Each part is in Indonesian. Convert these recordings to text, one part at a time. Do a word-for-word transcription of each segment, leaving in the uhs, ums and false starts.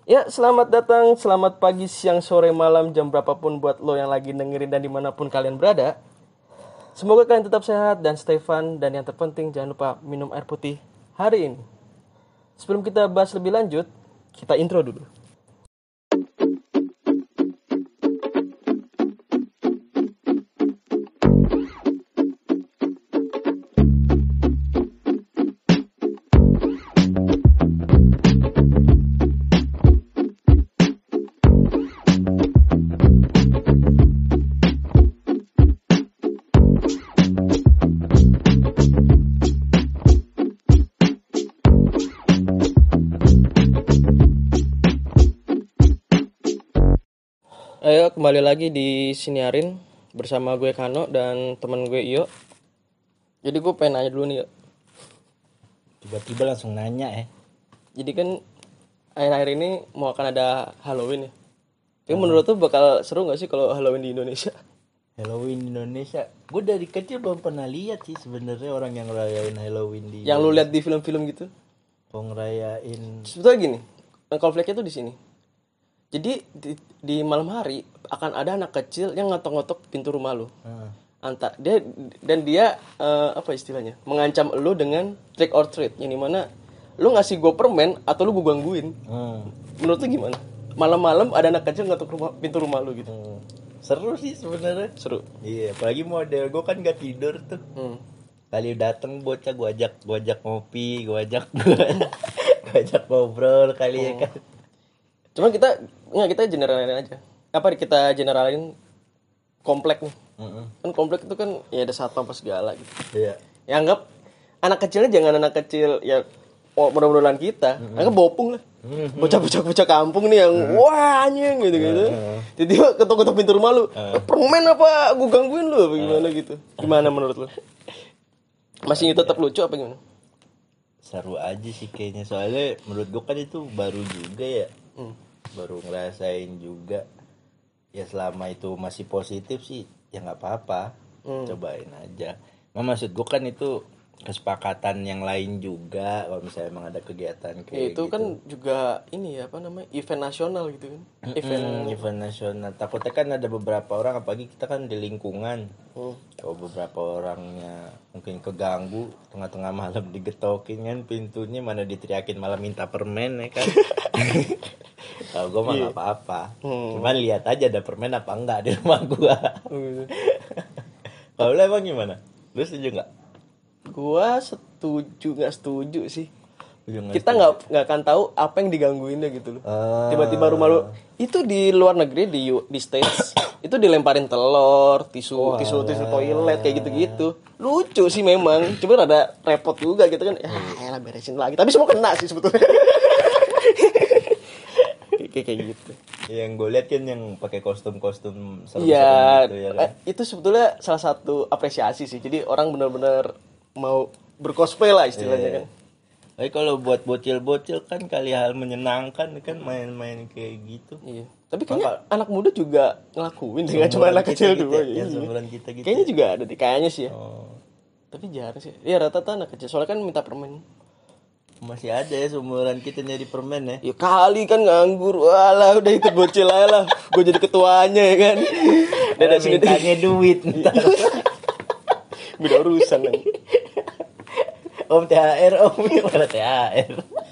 Ya, selamat datang, selamat pagi, siang, sore, malam, jam berapapun buat lo yang lagi dengerin dan dimanapun kalian berada. Semoga kalian tetap sehat dan stay fun, dan yang terpenting jangan lupa minum air putih hari ini. Sebelum kita bahas lebih lanjut, kita intro dulu. Ayo kembali lagi di Siniarin bersama gue Kano dan teman gue Iyo. Jadi gue pengen nanya dulu nih, Yo. Tiba-tiba langsung nanya ya. Jadi kan akhir-akhir ini mau akan ada Halloween ya. Tapi menurut tuh bakal seru gak sih kalau Halloween di Indonesia? Halloween di Indonesia. Gue dari kecil belum pernah lihat sih sebenarnya orang yang ngerayain Halloween di. Yang lu lihat di film-film gitu? Mau ngerayain. Sebetulnya gini, konfliknya tuh di sini. Jadi di, di malam hari akan ada anak kecil yang ngotok-ngotok pintu rumah lu. Hmm. Antar dia dan dia eh, apa istilahnya? Mengancam lu dengan trick or treat, yang dimana lu ngasih gue permen atau lu gue gangguin. Hmm. Menurut lu gimana? Malam-malam ada anak kecil ngotok rumah, pintu rumah lu gitu. Hmm. Seru sih sebenarnya. Seru. Iya, apalagi model gue kan gak tidur tuh. Hmm. Kali dateng bocah gue ajak, gue ajak ngopi, gue ajak gue ajak ngobrol kali ya kan. Cuma kita nggak kita generalin aja. Apa kita generalin komplek nih? Mm-mm. Kan komplek itu kan ya ada satpam apa segala gitu. Iya. Ya anggap anak kecilnya jangan anak kecil ya oh, mudah-mudahan kita. Mm-hmm. Anggap bopung lah. Mm-hmm. Bocah-bocah kambung nih yang mm-hmm. wah anjing gitu-gitu. Mm-hmm. Tiba-tiba ketok-ketok pintu rumah lu. Mm-hmm. Permen apa gua gangguin lu apa gimana mm-hmm. gitu. Gimana menurut lu? Masih tetap lucu apa gimana? Seru aja sih kayaknya. Soalnya menurut gue kan itu baru juga ya. Hmm. Baru ngerasain juga. Ya selama itu masih positif sih ya nggak apa-apa. Hmm. Cobain aja. Nah, maksud gue kan itu kesepakatan yang lain juga. Kalau misalnya emang ada kegiatan kayak ya, itu gitu. kan juga ini ya apa namanya event nasional gitu kan. Mm-mm, event event nasional. Takutnya kan ada beberapa orang, apalagi kita kan di lingkungan. Hmm. Kalau beberapa orangnya mungkin keganggu tengah-tengah malam digetokin kan pintunya, mana diteriakin malah minta permen ya kan. Kalau gue mah nggak yeah. apa-apa. Hmm. Cuman lihat aja ada permen apa enggak di rumah gue. Hmm. Kalau lu emang gimana? Lu setuju nggak? Gua setuju nggak setuju sih. Gak kita nggak nggak akan tahu apa yang digangguinnya gitu loh. Uh. Tiba-tiba rumah lu itu di luar negeri di di States itu dilemparin telur, tisu oh, tisu tisu toilet kayak gitu-gitu. Lucu sih memang. Cuma ada repot juga gitu kan. Ya elah beresin lagi. Tapi semua kena sih sebetulnya. kayak kayak gitu. Yang gue lihat kan yang pakai kostum-kostum serem-serem ya, gitu ya kan. Itu sebetulnya salah satu apresiasi sih. Jadi orang benar-benar mau bercosplay lah istilahnya yeah. kan. Tapi kalau buat bocil-bocil kan kali hal menyenangkan kan main-main kayak gitu. Iya. Tapi kayaknya Maka, anak muda juga ngelakuin dengan cuma anak kecil dulu. Ya, iya. Kita gitu. Kayaknya juga ada deh, kayaknya sih ya. Oh. Tapi jarang sih. Ya rata-rata anak kecil. Soalnya kan minta permen. Masih ada ya seumuran kita nyari permen ya. Ya kali kan nganggur. Walah udah ikut bocil aja lah. Gue jadi ketuanya ya kan. Ada sini mintanya duit. Beda urusan kan. Om T H R, om gimana T H R?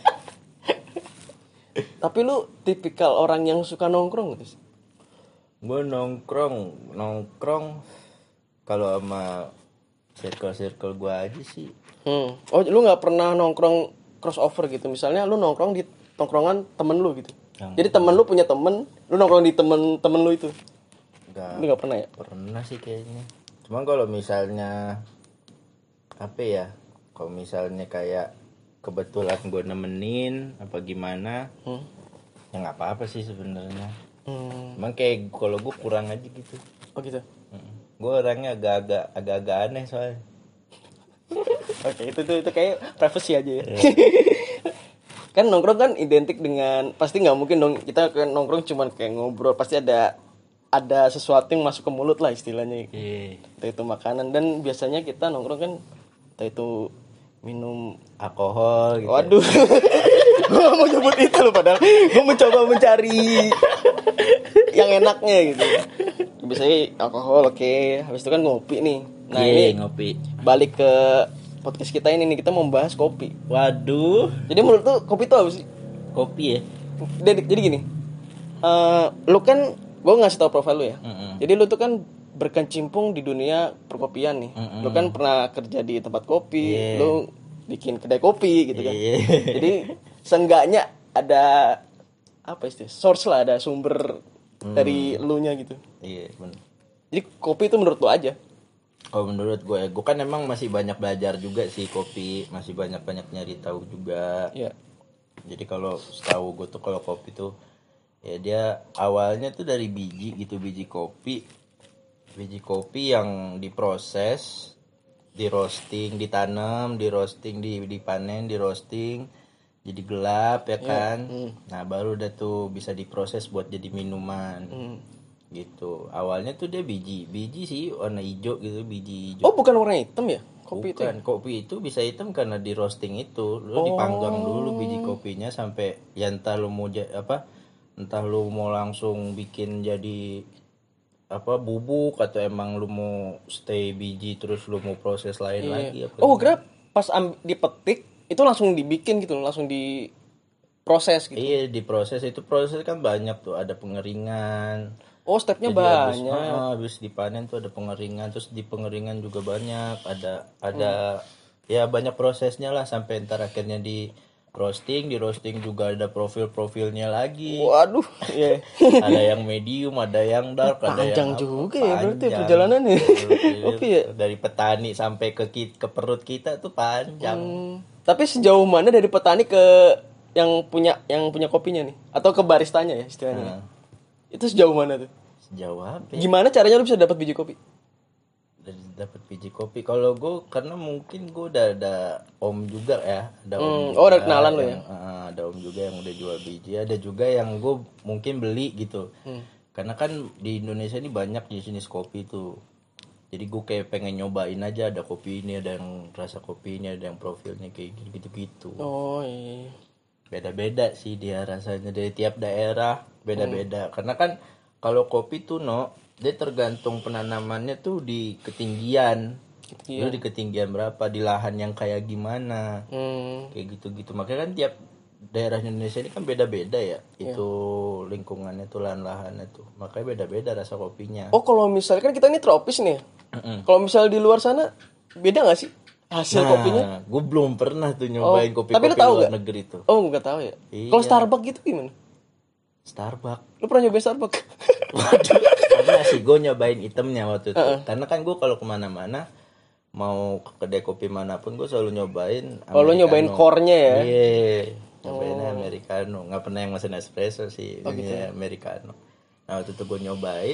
Tapi lu tipikal orang yang suka nongkrong gitu sih? Gue nongkrong, nongkrong kalau sama circle-circle gue aja sih. Hmm. Oh, lu nggak pernah nongkrong crossover gitu? Misalnya lu nongkrong di tongkrongan temen lu gitu. Yang jadi temen lu punya temen, lu nongkrong di temen-temen lu itu. Enggak. Lu nggak pernah ya? Pernah sih kayaknya. Cuma kalau misalnya apa ya? Kalau misalnya kayak kebetulan gue nemenin apa gimana, hmm. ya nggak apa-apa sih sebenarnya. Hmm. Emang kayak kalau gue kurang aja gitu. Oh gitu. Hmm. Gue orangnya agak-agak agak-agak aneh soalnya. Oke, itu tuh itu kayak privacy aja ya. Kan nongkrong kan identik dengan pasti nggak mungkin dong kita kan nongkrong cuman kayak ngobrol, pasti ada ada sesuatu yang masuk ke mulut lah istilahnya. Yeah. Entah itu makanan dan biasanya kita nongkrong kan entah itu minum alkohol gitu. Waduh. Gue gak mau nyebut itu loh, padahal gue mencoba mencari yang enaknya gitu. Biasanya alkohol, oke. Okay. Habis itu kan ngopi nih. Nah yeah, ini ngopi. Balik ke podcast kita ini nih, kita mau bahas kopi. Waduh. Jadi menurut tuh kopi itu apa sih? Kopi ya. Jadi, jadi gini, uh, lu kan, gue ngasih tau profil lu ya. Mm-hmm. Jadi lu tuh kan berkecimpung di dunia perkopian nih. Mm-hmm. Lu kan pernah kerja di tempat kopi, yeah. Lu bikin kedai kopi gitu kan. Yeah. Jadi seenggaknya ada apa istilah? Source lah, ada sumber mm. dari elunya gitu. Iya, yeah, benar. Jadi kopi itu menurut lu aja. Kalau menurut gue, gue kan emang masih banyak belajar juga sih kopi, masih banyak-banyak nyari tahu juga. Iya. Yeah. Jadi kalau setahu gue tuh kalau kopi tuh ya dia awalnya tuh dari biji gitu, biji kopi. Biji kopi yang diproses, di roasting, ditanam, di roasting, di dipanen, di roasting, jadi gelap ya kan. Yeah. Mm. Nah, baru udah tuh bisa diproses buat jadi minuman. Mm. Gitu. Awalnya tuh dia biji, biji sih warna hijau gitu, biji hijau. Oh, bukan warna hitam ya? Kopi Bukan, itu. Kopi itu bisa hitam karena di roasting itu. Lu oh. dipanggang dulu biji kopinya sampai ya entah lu mau j- apa? Entah lu mau langsung bikin jadi apa bubuk atau emang lu mau stay biji terus lu mau proses lain yeah. lagi apa. Oh, kira pas amb- dipetik itu langsung dibikin gitu, langsung diproses gitu. Iya, diproses itu proses kan banyak tuh, ada pengeringan. Oh, stepnya jadi banyak. Habis, ah, habis dipanen tuh ada pengeringan, terus di pengeringan juga banyak, ada ada hmm. ya banyak prosesnya lah sampai ntar akhirnya di roasting, di roasting juga ada profil-profilnya lagi. Waduh, yeah. Ada yang medium, ada yang dark, panjang ada yang panjang juga ya berarti perjalanannya. Oke ya. Dari petani sampai ke ke perut kita tuh panjang. Hmm. Tapi sejauh mana dari petani ke yang punya yang punya kopinya nih atau ke baristanya ya istilahnya? Hmm. Itu sejauh mana tuh? Sejauh apa? Gimana caranya lu bisa dapat biji kopi? Dari dapat biji kopi. Kalau gue karena mungkin gue udah ada om juga ya, ada om. Hmm. Juga Oh, ada kenalan lo ya? Uh, ada om juga yang udah jual biji, ada juga yang gue mungkin beli gitu. Hmm. Karena kan di Indonesia ini banyak jenis kopi tuh. Jadi gue kayak pengen nyobain aja, ada kopi ini, ada yang rasa kopi ini, ada yang profilnya kayak gitu-gitu. Oh iya. Beda-beda sih dia rasanya dari tiap daerah, beda-beda. Hmm. Karena kan kalau kopi tuh no, dia tergantung penanamannya tuh di ketinggian. Ketinggian. Lu di ketinggian berapa, di lahan yang kayak gimana. Hmm. Kayak gitu-gitu. Makanya kan tiap daerah Indonesia ini kan beda-beda ya. Yeah. Itu lingkungannya tuh, lahan-lahannya tuh. Makanya beda-beda rasa kopinya. Oh, kalau misalnya kan kita ini tropis nih. Kalau misalnya di luar sana beda enggak sih hasil nah, kopinya? Gue belum pernah tuh nyobain oh, kopi-kopi luar gak? Negeri tuh. Oh, enggak tahu ya. Iya. Kalau Starbucks gitu gimana? Starbucks. Lu pernah nyobain Starbucks? Waduh, pernah sih gue nyobain itemnya waktu itu. Uh-uh. Karena kan gue kalau kemana-mana mau ke kedai kopi manapun gue selalu nyobain. Oh, lu nyobain core-nya ya? Iya, yeah. Nyobainnya oh. Americano. Nggak pernah yang mesin espresso sih, oh, gitu ya? Americano. Nah waktu itu gue nyobain.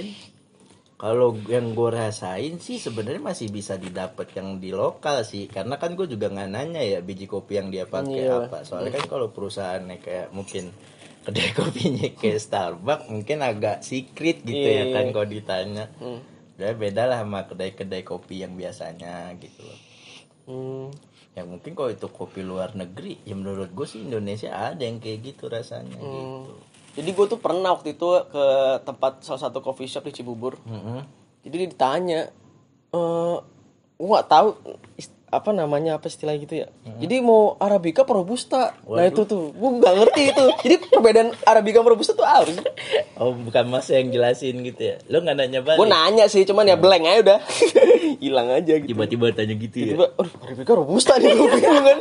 Kalau yang gue rasain sih sebenarnya masih bisa didapat yang di lokal sih, karena kan gue juga nggak nanya ya biji kopi yang dia pakai yeah. apa. Soalnya kan kalau perusahaannya kayak mungkin kedai kopinya kayak Starbucks mungkin agak secret gitu yeah. ya kan kalau ditanya. Hmm. Udah beda lah sama kedai-kedai kopi yang biasanya gitu loh. Hmm. Yang mungkin kalau itu kopi luar negeri, ya menurut gue sih Indonesia ada yang kayak gitu rasanya hmm. gitu. Jadi gue tuh pernah waktu itu ke tempat salah satu coffee shop di Cibubur. Mm-hmm. Jadi dia ditanya, e, gue nggak tahu apa namanya apa istilah gitu ya. Mm-hmm. Jadi mau Arabica apa Robusta? Waduh. Nah itu tuh, gue nggak ngerti itu. Jadi perbedaan Arabica sama Robusta tuh apa sih? Oh bukan mas yang jelasin gitu ya? Lo nggak nanya balik? Gue nanya sih, cuman ya blank aja udah, hilang aja gitu. Tiba-tiba tanya gitu ya? Tiba-tiba, aduh Arabica Robusta nih gue bingung kan.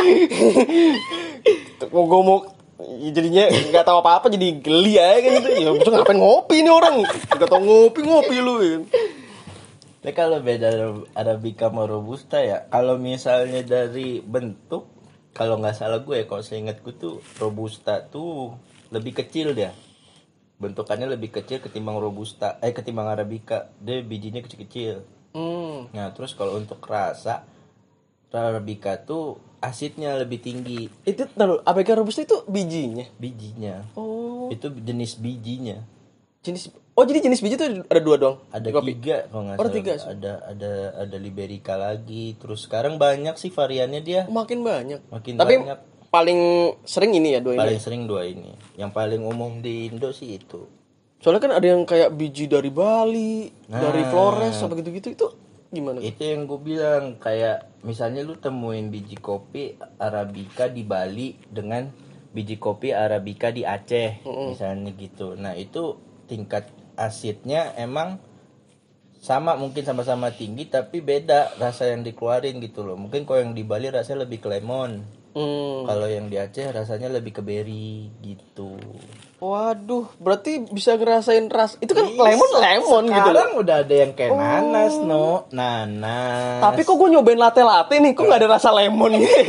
Gue mau jadinya nggak tahu apa-apa jadi geli aja kan gitu. Ya betul ngapain ngopi nih orang? Nggak tahu ngopi-ngopi lu ya. Tapi kalau beda Arabica sama Robusta ya, kalau misalnya dari bentuk, kalau nggak salah gue ya, kalau saya ingat gue tuh Robusta tuh lebih kecil dia. Bentukannya lebih kecil ketimbang Robusta, eh ketimbang Arabica. Dia bijinya kecil-kecil. Hmm. Nah terus kalau untuk rasa, Arabica tuh asidnya lebih tinggi. Itu taruh Arabica Robusta itu bijinya. Bijinya. Oh. Itu jenis bijinya. Jenis. Oh jadi jenis biji itu ada dua doang. Ada tiga kalau nggak salah. Tiga. Ada ada ada Liberica lagi. Terus sekarang banyak sih variannya dia. Makin banyak. Makin Tapi, banyak. paling sering ini ya dua ini. Paling sering dua ini. Yang paling umum di Indo sih itu. Soalnya kan ada yang kayak biji dari Bali, nah, dari Flores apa gitu-gitu itu gimana? Itu yang gue bilang, kayak misalnya lu temuin biji kopi Arabica di Bali dengan biji kopi Arabica di Aceh, mm-hmm. misalnya gitu. Nah, itu tingkat asidnya emang sama, mungkin sama-sama tinggi tapi beda rasa yang dikeluarin gitu loh. Mungkin kalau yang di Bali rasanya lebih ke lemon. Mm. Kalau yang di Aceh rasanya lebih ke berry gitu. Waduh, berarti bisa ngerasain ras. Itu kan lemon lemon gitu. Sekarang udah ada yang kayak oh. nanas, no, nanas. Tapi kok gue nyobain latte latte nih, kok nggak ada rasa lemon gitu.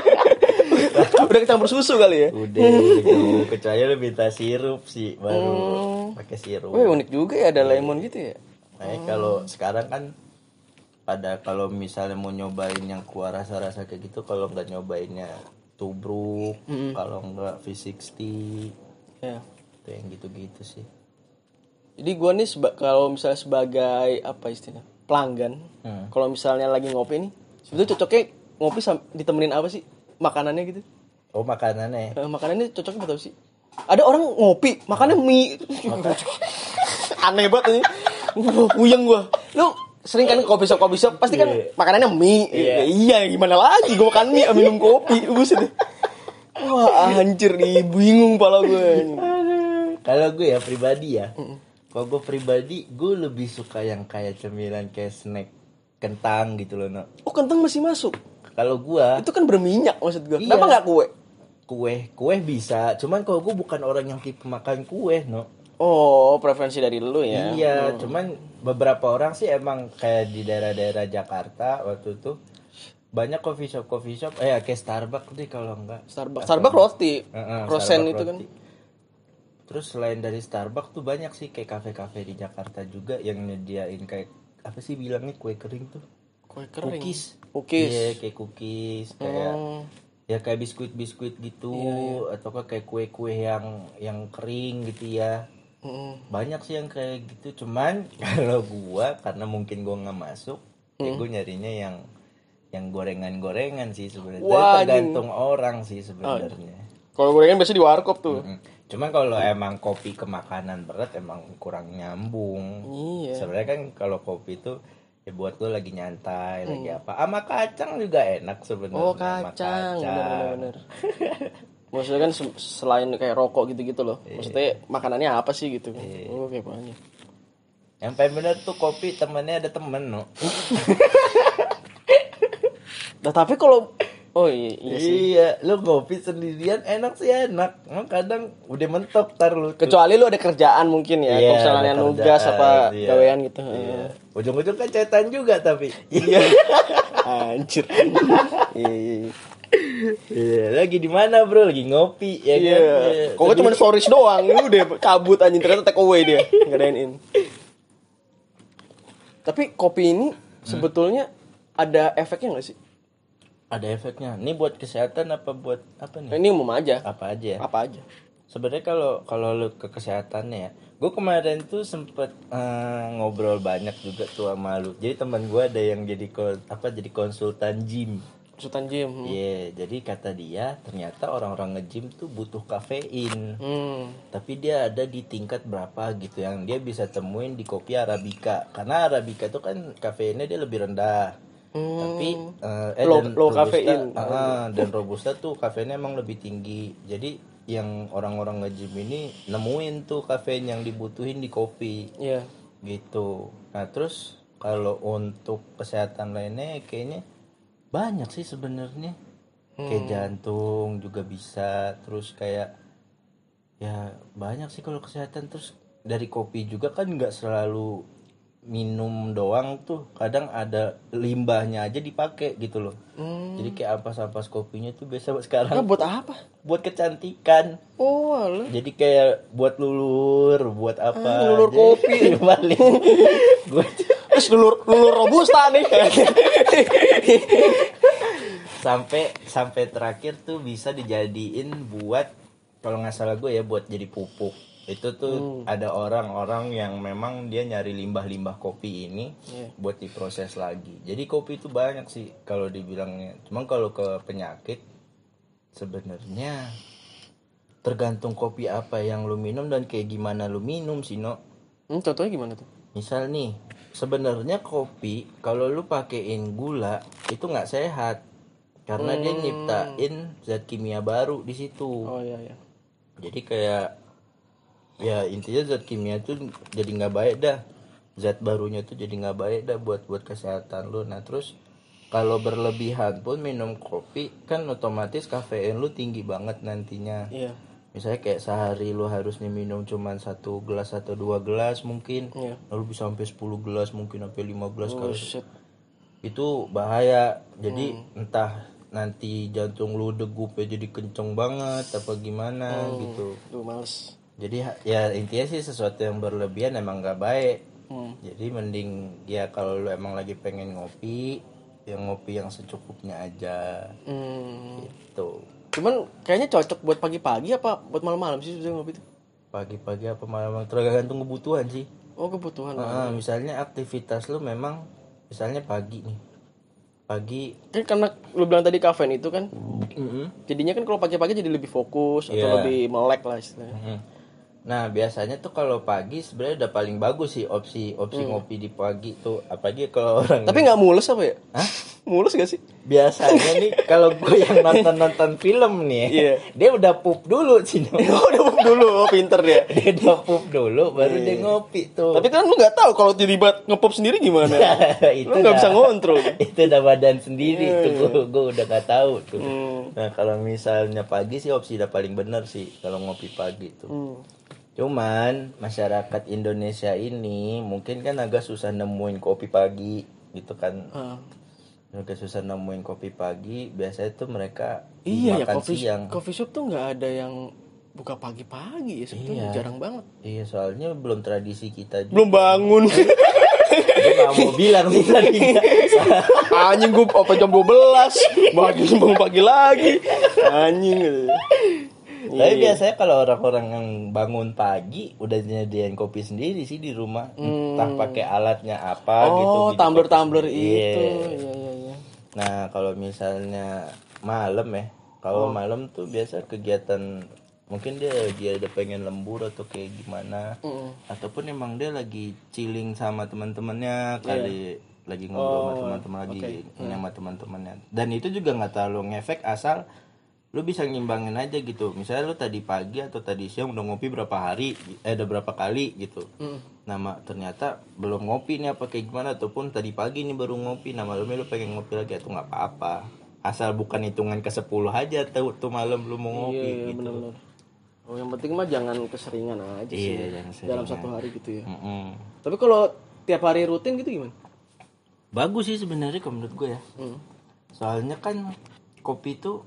Udah kecampur susu kali ya. Udah, gitu. Kecuali lu minta sirup sih baru hmm. pakai sirup. Wih, unik juga ya ada yeah. lemon gitu ya. Nah, hmm. kalau sekarang kan pada kalau misalnya mau nyobain yang keluar rasa-rasa kayak gitu, kalau nggak nyobainnya tubruk, hmm. kalau nggak V enam puluh. Ya. Itu yang gitu-gitu sih. Jadi gue nih seba- kalau misalnya sebagai apa istilahnya pelanggan, hmm. kalau misalnya lagi ngopi nih, sebetulnya cocoknya ngopi sam- ditemenin apa sih makanannya gitu? Oh, makanannya. Eh, makanannya cocoknya apa sih? Ada orang ngopi makannya mie, aneh banget nih. Puyeng gue. Lu sering kan kopi shop kopi shop pasti kan yeah. makanannya mie. Yeah. Iya, gimana lagi gue makan mie minum kopi, buset. Wah anjir nih, bingung pala gue. Kalau gue ya pribadi ya, mm. kalau gue pribadi gue lebih suka yang kayak cemilan kayak snack kentang gitu loh, no. Oh, kentang masih masuk? Kalau gue itu kan berminyak maksud gue. Iya. Kenapa nggak kue? Kue, kue bisa. Cuman kalau gue bukan orang yang tipe makan kue, no. Oh, preferensi dari lu ya? Iya, hmm. cuman beberapa orang sih emang kayak di daerah-daerah Jakarta waktu itu banyak coffee shop coffee shop eh kayak Starbucks deh kalau enggak Starbucks Starbucks roti uh-uh, Rosen Starbucks itu roti. Kan Terus selain dari Starbucks tuh banyak sih kayak kafe-kafe di Jakarta juga yang nyediain kayak apa sih bilangnya kue kering tuh kue kering cookies cookies iya kayak cookies kayak hmm. ya kayak biskuit-biskuit gitu iya, iya. Atau kayak kue-kue yang yang kering gitu ya hmm. Banyak sih yang kayak gitu cuman kalau gua karena mungkin gua nggak masuk hmm. ya gua nyarinya yang yang gorengan-gorengan sih sebenarnya. Tergantung orang sih sebenarnya. Oh. Kalau gorengan biasa di warkop tuh. Mm-hmm. Cuman kalau emang kopi ke makanan berat emang kurang nyambung. Iya. Sebenarnya kan kalau kopi itu ya buat lo lagi nyantai, hmm. lagi apa. Sama kacang juga enak sebenarnya. Oh, kacang. Benar-benar. Maksudnya kan selain kayak rokok gitu-gitu loh. Maksudnya makanannya apa sih gitu. Iya. Oh, kayak banyak. Yang paling benar tuh kopi temennya ada temen, no. Nah, tapi kalau oh iya, iya sih. Iya, lu ngopi sendirian enak sih enak. Emang kadang udah mentok tar lu. Kecuali lu ada kerjaan mungkin ya, yeah, kalau misalnya nugas apa iya. gawean gitu. Iya. Ujung-ujung kan cetan juga tapi. Iya. Anjir. Iya. Iya, lagi di mana, Bro? Lagi ngopi ya iya. kan. Iya. Kok cuma stories doang, lu udah kabut anjing ternyata take away dia, ngadain in. Tapi kopi ini hmm. sebetulnya ada efeknya enggak sih? Ada efeknya. Ini buat kesehatan apa buat apa nih? Ini umum aja. Apa aja? Apa aja? Sebenarnya kalau kalau lu ke kesehatannya ya, gue kemarin tuh sempet uh, ngobrol banyak juga tuh sama lu. Jadi teman gue ada yang jadi apa jadi konsultan gym. Konsultan gym. Iya, hmm. yeah, jadi kata dia ternyata orang-orang nge-gym tuh butuh kafein. Hmm. Tapi dia ada di tingkat berapa gitu yang dia bisa temuin di kopi Arabica. Karena Arabica tuh kan kafeinnya dia lebih rendah. Hmm. Tapi uh, eh low, dan low robusta, kafein. Uh, dan robusta tuh kafeinnya emang lebih tinggi. Jadi yang orang-orang nge-gym ini nemuin tuh kafein yang dibutuhin di kopi. Iya. Yeah. Gitu. Nah, terus kalau untuk kesehatan lainnya kayaknya banyak sih sebenarnya. Hmm. Kayak jantung juga bisa, terus kayak ya banyak sih kalau kesehatan. Terus dari kopi juga kan enggak selalu minum doang tuh, kadang ada limbahnya aja dipakai gitu loh. Hmm. Jadi kayak ampas-ampas kopinya tuh biasa sekarang. Nah, buat apa? Buat kecantikan. Oh, alah. Jadi kayak buat lulur, buat apa? Ah, lulur jadi, kopi balik. Gue terus lulur lulur robusta nih. sampai sampai terakhir tuh bisa dijadiin buat kalau nggak salah gue ya buat jadi pupuk. Itu tuh hmm. ada orang-orang yang memang dia nyari limbah-limbah kopi ini yeah. buat diproses lagi. Jadi kopi itu banyak sih kalau dibilangnya. Cuman kalau ke penyakit Sebenarnya tergantung kopi apa yang lu minum dan kayak gimana lu minum sih, No. Hmm, contohnya gimana tuh? Misal nih, sebenarnya kopi kalau lu pakein gula itu nggak sehat karena hmm. dia nyiptain zat kimia baru di situ. Oh iya iya. Jadi kayak ya intinya zat kimia tuh jadi nggak baik dah. Zat barunya tuh jadi nggak baik dah buat buat kesehatan lu. Nah terus kalau berlebihan pun minum kopi kan otomatis kafein lu tinggi banget nantinya. Iya. Misalnya kayak sehari lu harusnya minum cuma satu gelas atau dua gelas mungkin, iya. lalu bisa sampai sepuluh gelas mungkin sampai lima belas oh, kali. Shit. Itu bahaya. Jadi hmm. entah nanti jantung lu degupnya jadi kenceng banget apa gimana hmm. gitu. Duh, males. Jadi ya intinya sih sesuatu yang berlebihan emang gak baik. Hmm. Jadi mending ya kalau lu emang lagi pengen ngopi, yang ngopi yang secukupnya aja. Hmm. Gitu. Cuman kayaknya cocok buat pagi-pagi apa buat malam-malam sih sebenarnya ngopi itu? Pagi-pagi apa malam, tergantung kebutuhan sih. Oh kebutuhan. Nah, misalnya aktivitas lu memang misalnya pagi nih. Pagi kan karena lu bilang tadi kafein itu kan. Mm-hmm. Jadinya kan kalau pagi-pagi jadi lebih fokus atau yeah. lebih melek lah istilahnya. Mm-hmm. Nah, biasanya tuh kalau pagi sebenarnya udah paling bagus sih opsi opsi mm. ngopi di pagi tuh. Apalagi kalau orang tapi nggak mulus apa ya? Hah? Mulus gak sih? Biasanya nih kalau gue yang nonton-nonton film nih, yeah. dia udah pup dulu sih. Oh, udah pup dulu, oh, pinter dia. Dia udah pup dulu, baru yeah. dia ngopi tuh. Tapi kan lu nggak tahu kalau tiba-tiba ngepup sendiri gimana? Itu lu nggak bisa ngontrol. Itu udah badan sendiri yeah, tuh, gue yeah. gue udah nggak tahu tuh. Mm. Nah kalau misalnya pagi sih opsi udah paling bener sih kalau ngopi pagi tuh. Mm. Cuman masyarakat Indonesia ini mungkin kan agak susah nemuin kopi pagi gitu kan. Uh. Agak susah nemuin kopi pagi, biasanya tuh mereka iya makan ya, coffee, siang. Coffee shop tuh nggak ada yang buka pagi-pagi ya sebetulnya, iya. jarang banget. Iya, soalnya belum tradisi kita juga. Belum bangun. Gue gak mau bilang sih tadi. Anjing gue apa jam dua belas, pagi bangun pagi lagi. Anjing gitu. Tapi iya. biasanya kalau orang-orang yang bangun pagi udah nyediain kopi sendiri sih di rumah, hmm. entah pakai alatnya apa oh, gitu. Oh, tumbler-tumbler itu. Iya, iya, iya, iya. Nah, kalau misalnya malam ya, kalau oh. malam tuh biasa kegiatan mungkin dia dia ada pengen lembur atau kayak gimana, mm. ataupun emang dia lagi chilling sama teman-temannya kali. Yeah. Lagi ngobrol oh, sama teman-teman lagi okay. ini sama teman-temannya. Dan itu juga nggak terlalu ngefek asal lu bisa ngimbangin aja gitu. Misalnya lu tadi pagi atau tadi siang udah ngopi berapa hari, eh udah berapa kali gitu. Mm. Nama ternyata belum ngopi nih apa kayak gimana, ataupun tadi pagi nih baru ngopi, nah malamnya lu pengen ngopi lagi atau nggak apa-apa. Asal bukan hitungan ke sepuluh aja tuh, tuh malam lu mau ngopi iya, gitu. Bener-bener. Oh yang penting mah jangan keseringan aja sih. Iya, jangan dalam satu hari gitu ya. Mm-mm. Tapi kalau tiap hari rutin gitu gimana? Bagus sih sebenarnya kalau menurut gue ya. Mm. Soalnya kan kopi tuh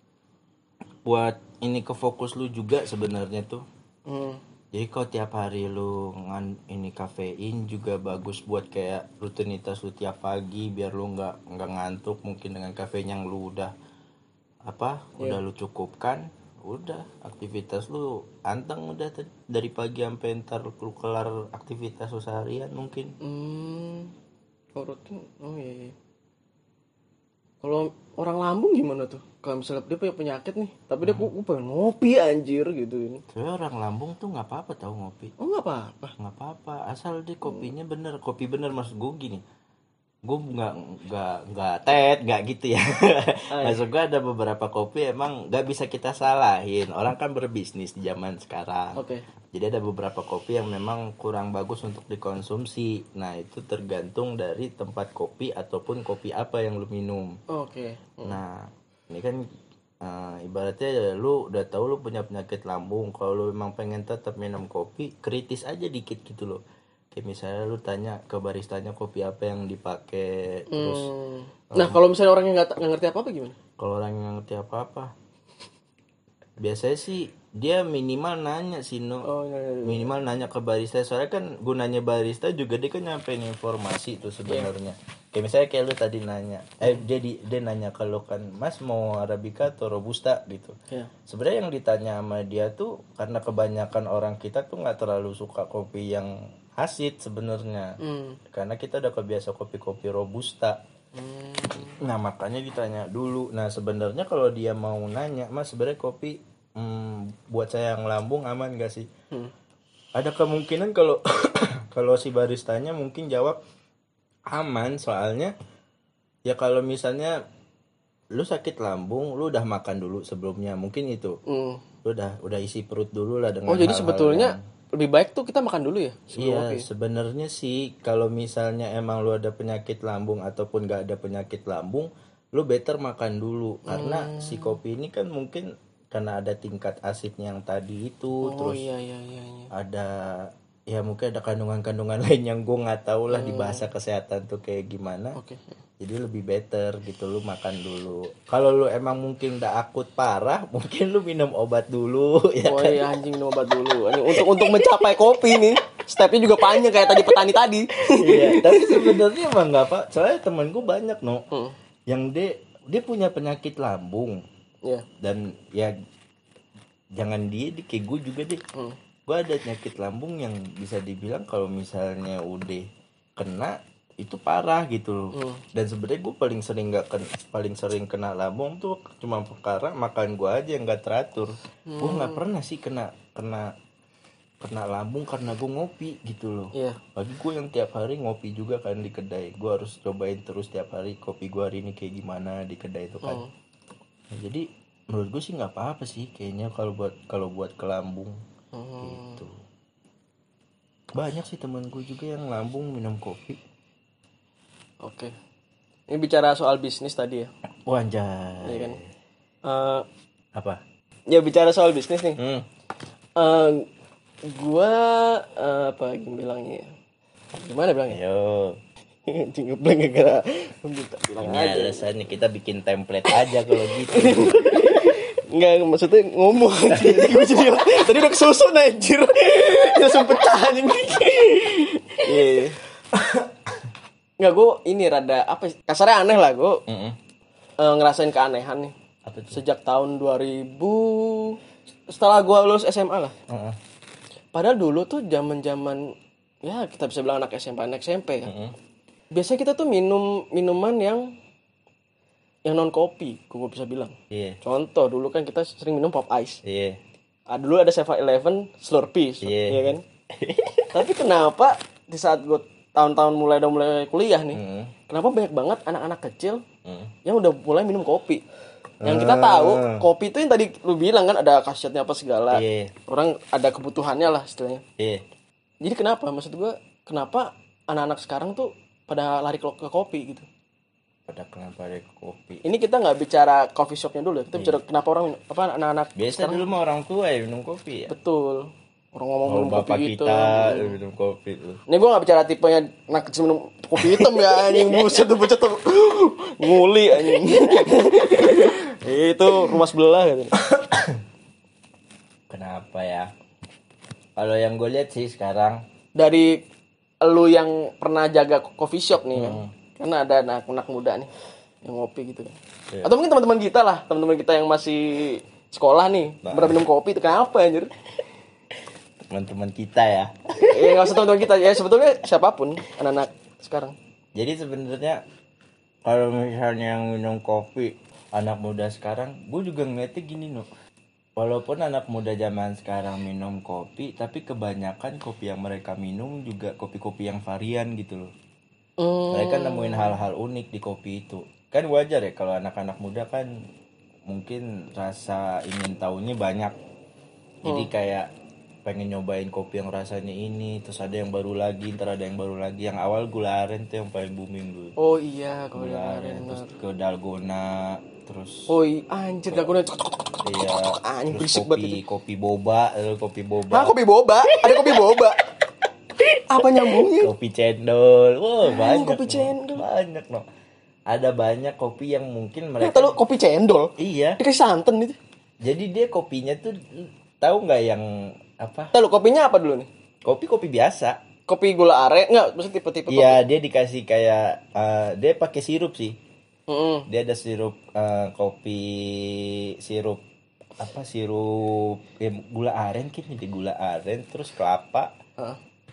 buat ini ke fokus lu juga sebenarnya tuh. Hmm. Jadi kalau tiap hari lu ngan ini kafein juga bagus buat kayak rutinitas lu tiap pagi biar lu nggak nggak ngantuk mungkin dengan kafein yang lu udah apa yeah. udah lu cukupkan, udah aktivitas lu anteng udah t- dari pagi sampai ntar lu kelar aktivitas lu seharian mungkin. Hmm. Oh rutin, oh iya. iya. Kalau orang lambung gimana tuh? Kalau misalnya dia punya penyakit nih, tapi dia hmm. pengen ngopi anjir gitu. Sebenarnya orang lambung tuh nggak apa-apa tahu ngopi. Oh nggak apa-apa. Nggak apa-apa, asal dia kopinya hmm. bener, kopi bener maksud gue gini. Gue nggak nggak nggak tet nggak gitu ya. Maksud gue ada beberapa kopi emang nggak bisa kita salahin. Orang kan berbisnis di zaman sekarang. Oke. Okay. Jadi ada beberapa kopi yang memang kurang bagus untuk dikonsumsi. Nah itu tergantung dari tempat kopi ataupun kopi apa yang lu minum. Oke. Okay. Hmm. Nah ini kan uh, ibaratnya ya, lu udah tahu lu punya penyakit lambung. Kalau lu memang pengen tetap minum kopi, kritis aja dikit gitu loh. Kayak misalnya lu tanya ke baristanya kopi apa yang dipakai. Hmm. Terus. Nah um, kalau misalnya orang yang nggak ngerti apa apa gimana? Kalau orang yang ngerti apa apa, biasanya sih dia minimal nanya sih no. Oh, iya, iya. Minimal nanya ke barista. Soalnya kan gunanya barista juga dia kan nyampein informasi tuh sebenarnya. Yeah. Kayak misalnya kayak lu tadi nanya, eh dia di, dia nanya kalau kan Mas mau arabica atau robusta gitu. Yeah. Sebenarnya yang ditanya sama dia tuh karena kebanyakan orang kita tuh nggak terlalu suka kopi yang asid sebenarnya. Mm. Karena kita udah kebiasa kopi-kopi robusta. Hmm. Nah makanya ditanya dulu. Nah sebenarnya kalau dia mau nanya, mas sebenarnya kopi hmm, buat saya yang lambung aman gak sih? Hmm. Ada kemungkinan kalau kalau si baristanya mungkin jawab aman, soalnya ya kalau misalnya lu sakit lambung, lu udah makan dulu sebelumnya, mungkin itu. Hmm. Lu udah udah isi perut dulu lah dengan. Oh jadi sebetulnya yang... lebih baik tuh kita makan dulu ya? Iya, sebenarnya sih kalau misalnya emang lu ada penyakit lambung ataupun gak ada penyakit lambung, lu better makan dulu. Hmm. Karena si kopi ini kan mungkin karena ada tingkat asidnya yang tadi itu. Oh, terus iya, iya, iya, iya. ada ya mungkin ada kandungan-kandungan lain yang gue nggak tahu lah hmm. di bahasa kesehatan tuh kayak gimana. Okay. Jadi lebih better gitu lu makan dulu. Kalau lu emang mungkin udah akut parah, mungkin lu minum obat dulu ya. Oh kan? iya anjing minum obat dulu. Untuk untuk mencapai kopi nih, stepnya juga panjang kayak tadi petani tadi. Iya, tapi sebenarnya emang nggak apa. Soalnya temen gue banyak no, hmm. yang dia dia punya penyakit lambung. Iya. Yeah. Dan ya jangan dia, dia kayak gue juga deh. Hmm. Gue ada penyakit lambung yang bisa dibilang kalau misalnya udah kena itu parah gitu loh. Hmm. Dan sebenarnya gue paling sering nggak ken, paling sering kena lambung tuh cuma perkara makan gue aja yang nggak teratur. Hmm. Gue nggak pernah sih kena kena kena lambung karena gue ngopi gitu loh. Yeah. Bagi gue yang tiap hari ngopi juga kan di kedai, gue harus cobain terus tiap hari kopi gue hari ini kayak gimana di kedai itu kan. Hmm. Nah, jadi menurut gue sih nggak apa-apa sih kayaknya kalau buat kalau buat ke lambung. Hmm. Gitu. Banyak sih teman gue juga yang lambung minum kopi. Oke. Ini bicara soal bisnis tadi ya. Wanjay. Iya kan. Uh, Apa? Ya bicara soal bisnis nih. Hmm. Uh, gua uh, apa yang bilangnya? Gimana bilangnya? Yo. Tinggal blank gara bilang ini aja. Alasannya kita bikin template aja kalau gitu. Enggak, maksudnya ngomong jadi, tadi udah kesusun anjir. Ya sempet anjing. Iya. Enggak, gue ini rada apa kasarnya aneh lah gue. Mm-hmm. E, ngerasain keanehan nih. Apa itu? Sejak tahun dua ribu setelah gue lulus S M A lah. Mm-hmm. Padahal dulu tuh zaman-zaman ya kita bisa bilang anak S M P, anak S M P ya. Mm-hmm. Biasanya kita tuh minum minuman yang yang non kopi, gue bisa bilang. Yeah. Contoh dulu kan kita sering minum pop ice. Iya. Yeah. Ah, dulu ada seven eleven Slurpee, yeah. Ya kan. Tapi kenapa di saat gue tahun-tahun mulai udah mulai kuliah nih, mm. kenapa banyak banget anak-anak kecil mm. yang udah mulai minum kopi? Yang kita tahu kopi itu yang tadi lu bilang kan ada khasiatnya apa segala. Yeah. Orang ada kebutuhannya lah istilahnya. Yeah. Jadi kenapa? Maksud gue kenapa anak-anak sekarang tuh pada lari ke, ke kopi gitu? Pada kenapa lari ke kopi? Ini kita nggak bicara coffee shopnya dulu ya. Kita yeah. bicara kenapa orang apa anak-anak. Biasa sekarang, dulu mah orang tua ya minum kopi ya. Betul. Orang ngomong oh, minum kopi kita hitam. Minum kopi tuh. Ini gue gak bicara tipenya anak kecil minum kopi hitam ya anjing. Buset tuh buset tuh nguli anjing. Itu rumah sebelah gitu. Kenapa ya? Kalau yang gue lihat sih sekarang dari lu yang pernah jaga coffee shop nih hmm. kan. Karena ada anak-anak muda nih yang ngopi gitu kan. Yeah. Atau mungkin teman-teman kita lah, teman-teman kita yang masih sekolah nih, nah. Pernah minum kopi itu kenapa anjir? Teman-teman kita ya. Iya nggak usah teman-teman kita ya, sebetulnya siapapun anak-anak sekarang. Jadi sebenarnya kalau misalnya yang minum kopi anak muda sekarang, gue juga ngeliatnya gini no. Walaupun anak muda zaman sekarang minum kopi, tapi kebanyakan kopi yang mereka minum juga kopi-kopi yang varian gitu loh. Mm. Mereka nemuin hal-hal unik di kopi itu. Kan wajar ya kalau anak-anak muda kan mungkin rasa ingin tahunya banyak. Jadi mm. kayak pengen nyobain kopi yang rasanya ini, terus ada yang baru lagi, ntar ada yang baru lagi. Yang awal gula aren tuh yang paling booming dulu. Oh iya, gula aren. Terus ke dalgona, terus oh iya, anjir dalgona. Iya, terus kopi, kopi boba, kopi boba. Hah, kopi boba? Ada kopi boba? Apa nyambungnya? Kopi cendol. Wow, banyak. Kopi cendol. Banyak, no. Ada banyak kopi yang mungkin mereka. Nah, tahu kopi cendol? Iya. Dikasih santan itu. Jadi dia kopinya tuh tahu nggak yang apa? Tahu kopinya apa dulu nih? Kopi kopi biasa. Kopi gula aren enggak? Maksudnya tipe-tipe kopi. Iya, dia dikasih kayak uh, dia pakai sirup sih. Mm-hmm. Dia ada sirup uh, kopi sirup apa sirup ya, gula aren kan, jadi gula aren terus kelapa. Uh.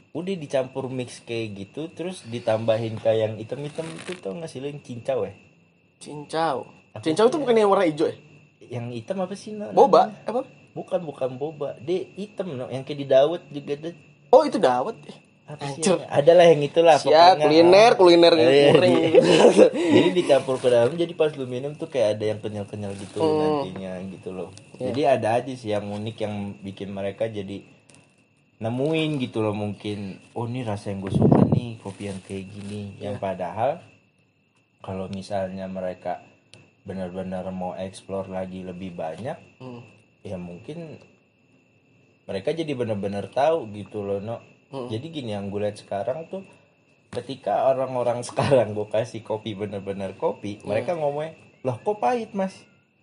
udah dicampur mix kayak gitu, terus ditambahin kayak yang hitam-hitam itu tau nggak sih lo yang cincau ya? Cincau. Apa cincau itu bukan yang warna hijau ya? Yang hitam apa sih? No? Boba apa? Bukan bukan boba, dia hitam no, yang kayak di dawet juga deh. Oh itu dawet. Apa sih? Adalah yang itulah. Siap, kuliner kuliner goreng. Jadi dicampur ke dalam, jadi pas lu minum tuh kayak ada yang kenyal-kenyal gitu hmm. nantinya gitu loh. Yeah. Jadi ada aja sih yang unik yang bikin mereka jadi nemuin gitu loh mungkin. Oh ini rasa yang gue suka nih kopi yang kayak gini. Yeah. Yang padahal kalau misalnya mereka benar-benar mau explore lagi lebih banyak, hmm. ya mungkin mereka jadi benar-benar tahu gitu loh no. Hmm. Jadi gini yang gue lihat sekarang tuh ketika orang-orang sekarang gue kasih kopi benar-benar kopi, hmm. mereka ngomongnya loh kok pahit mas.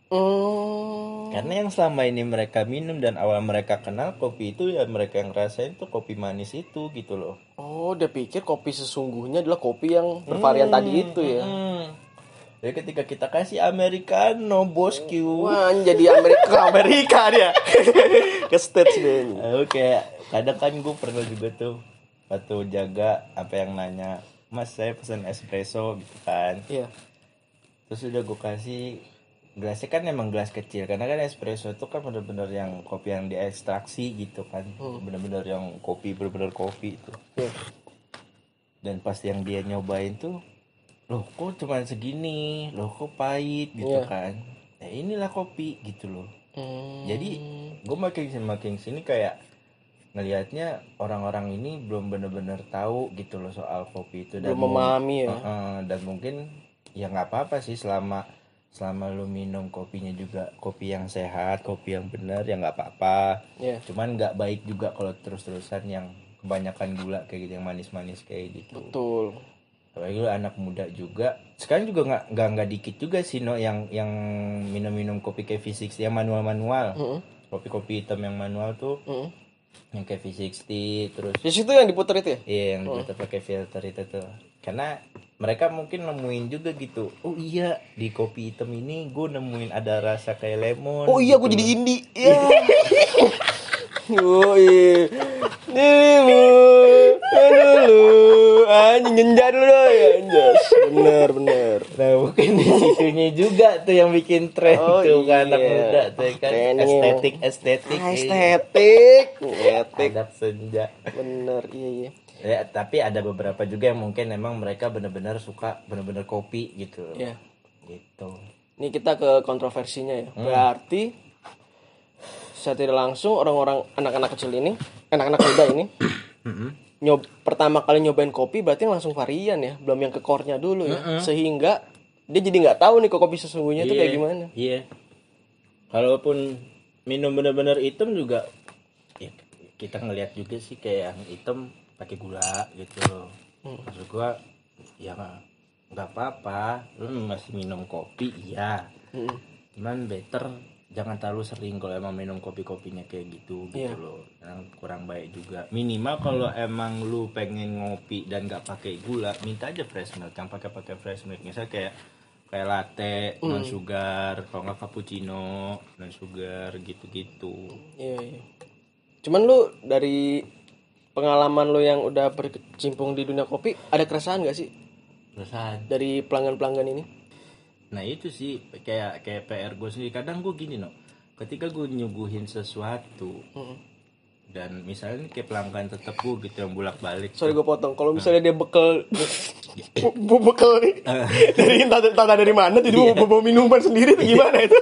Hmm. Karena yang selama ini mereka minum dan awal mereka kenal kopi itu ya mereka yang rasain tuh kopi manis itu gitu loh. Oh dia pikir kopi sesungguhnya adalah kopi yang bervarian hmm. tadi itu ya. Hmm. Jadi ketika kita kasih americano bosku, wah jadi Amerika Amerika dia ke stage deh. Oke, kadang kan gue pernah juga tuh waktu jaga apa yang nanya, mas saya pesan espresso gitu kan. Iya. Terus udah gue kasih gelasnya kan emang gelas kecil karena kan espresso itu kan benar-benar yang kopi yang diekstraksi gitu kan, hmm. benar-benar yang kopi benar-benar kopi itu. Yeah. Dan pas yang dia nyobain tuh, loh kok cuma segini, loh kok pahit gitu yeah. kan. Nah inilah kopi gitu loh. Hmm. Jadi gue makin makin sini kayak ngelihatnya orang-orang ini belum benar-benar tahu gitu loh soal kopi itu dan belum memahami ya. Uh, uh, dan mungkin ya nggak apa-apa sih selama selama lu minum kopinya juga kopi yang sehat, kopi yang benar ya nggak apa-apa. Yeah. Cuman nggak baik juga kalau terus-terusan yang kebanyakan gula kayak gitu, yang manis-manis kayak gitu. Betul. Apalagi lu anak muda juga. Sekarang juga nggak nggak nggak dikit juga sih no yang yang minum-minum kopi kayak V enam puluh yang manual-manual. Mm-hmm. Kopi-kopi hitam yang manual tuh. Mm-hmm. Yang kayak V enam puluh terus. Di situ yang diputar itu ya? Iya, yang diputar mm. pakai filter itu tuh. Karena mereka mungkin nemuin juga gitu. Oh iya, di kopi hitam ini gue nemuin ada rasa kayak lemon. Oh iya, gitu. Gue jadi indie. Iya. Oh iya. Nih bu, dulu, anjing nyenja dulu ya, anjas. Bener bener. Nah mungkin di situnya juga tuh yang bikin tren oh, tuh iya. Anak muda tuh kan estetik estetik. Ah, estetik, estetik. Anak senja. Bener iya iya. Ya, tapi ada beberapa juga yang mungkin emang mereka benar-benar suka benar-benar kopi gitu. Iya. Gitu. Ini kita ke kontroversinya ya. Hmm. Berarti secara tidak langsung orang-orang anak-anak kecil ini, anak-anak muda ini, nyob pertama kali nyobain kopi berarti langsung varian ya, belum yang ke core-nya dulu ya. Mm-hmm. Sehingga dia jadi nggak tahu nih kok kopi sesungguhnya itu yeah. kayak gimana. Iya. Yeah. Kalaupun minum benar-benar hitam juga, ya kita ngelihat juga sih kayak yang hitam pakai gula gitu loh. Hmm. Maksud gua ya nggak apa-apa, lu masih minum kopi iya. Hmm. Cuman better jangan terlalu sering kalau emang minum kopi-kopinya kayak gitu gitu yeah. loh. Yang kurang baik juga. Minimal kalau emang lu pengen ngopi dan nggak pakai gula, minta aja fresh milk, jangan pakai pakai fresh milk. Misalnya kayak kayak latte, mm. non sugar, kalau nggak cappuccino, non sugar gitu-gitu. Iya, yeah, yeah. Cuman lu dari pengalaman lo yang udah berkecimpung di dunia kopi, ada keresahan gak sih? Keresahan? Dari pelanggan-pelanggan ini? Nah itu sih, kayak kayak P R gue sendiri. Kadang gue gini no, ketika gue nyuguhin sesuatu, hmm. dan misalnya kayak pelanggan tetap gue gitu yang bolak-balik. Sorry gue potong, kalau misalnya nah. dia bekel, bu bekel nih, dari entah, entah dari mana, jadi yeah. bawa minuman sendiri tuh gimana itu?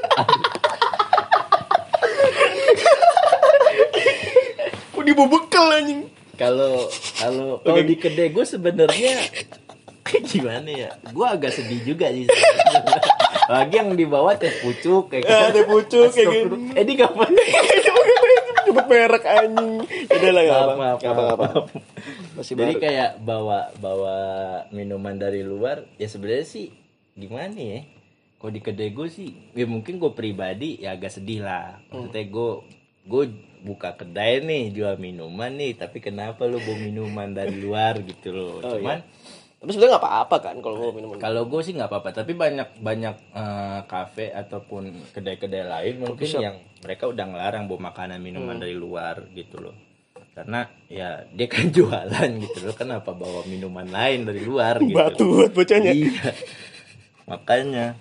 Kok dibekel anjing? Kalau kalau kalau di kedai gue sebenarnya gimana ya? Gue agak sedih juga sih. Lagi yang dibawa teh pucuk kayak gitu. Teh pucuk kayak gitu. Eh di kapan? Nyebut merek anjing. Udah lah enggak apa-apa. apa-apa. Masih jadi kayak bawa bawa minuman dari luar ya sebenarnya sih gimana ya? Kalau di kedai gue sih ya mungkin gue pribadi ya agak sedih lah. Maksudnya gue gue buka kedai nih jual minuman nih tapi kenapa lu bawa minuman dari luar gitu loh. Oh, cuman iya. Tapi sebenarnya nggak apa-apa kan kalau bawa minuman. Kalau gue sih nggak apa-apa tapi banyak banyak uh, kafe ataupun kedai-kedai lain mungkin yang mereka udah ngelarang bawa makanan minuman hmm. dari luar gitu loh. Karena ya dia kan jualan gitu loh, kenapa bawa minuman lain dari luar gitu. Batu buat bocahnya. Iya. Makanya.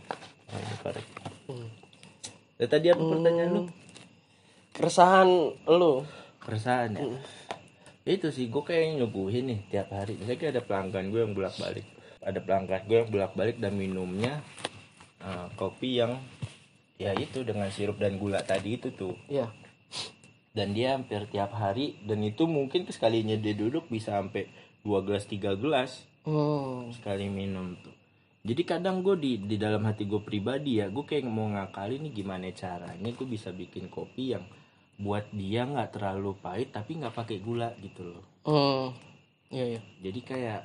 Hmm. Ya, tadi apa pertanyaan hmm. lu? Keresahan lu. Keresahan ya. Hmm. Itu sih gue kayak nyuguhin nih tiap hari. Misalnya kayak ada pelanggan gue yang bolak-balik. Ada pelanggan gue yang bolak-balik dan minumnya uh, kopi yang ya itu dengan sirup dan gula tadi itu tuh. Iya. Dan dia hampir tiap hari, dan itu mungkin sekalinya dia duduk bisa sampai dua gelas tiga gelas hmm. sekali minum tuh. Jadi kadang gue di di dalam hati gue pribadi ya, gue kayak mau ngakali nih gimana caranya gue bisa bikin kopi yang buat dia nggak terlalu pahit tapi nggak pakai gula gitu loh. Hmm. Iya iya. Jadi kayak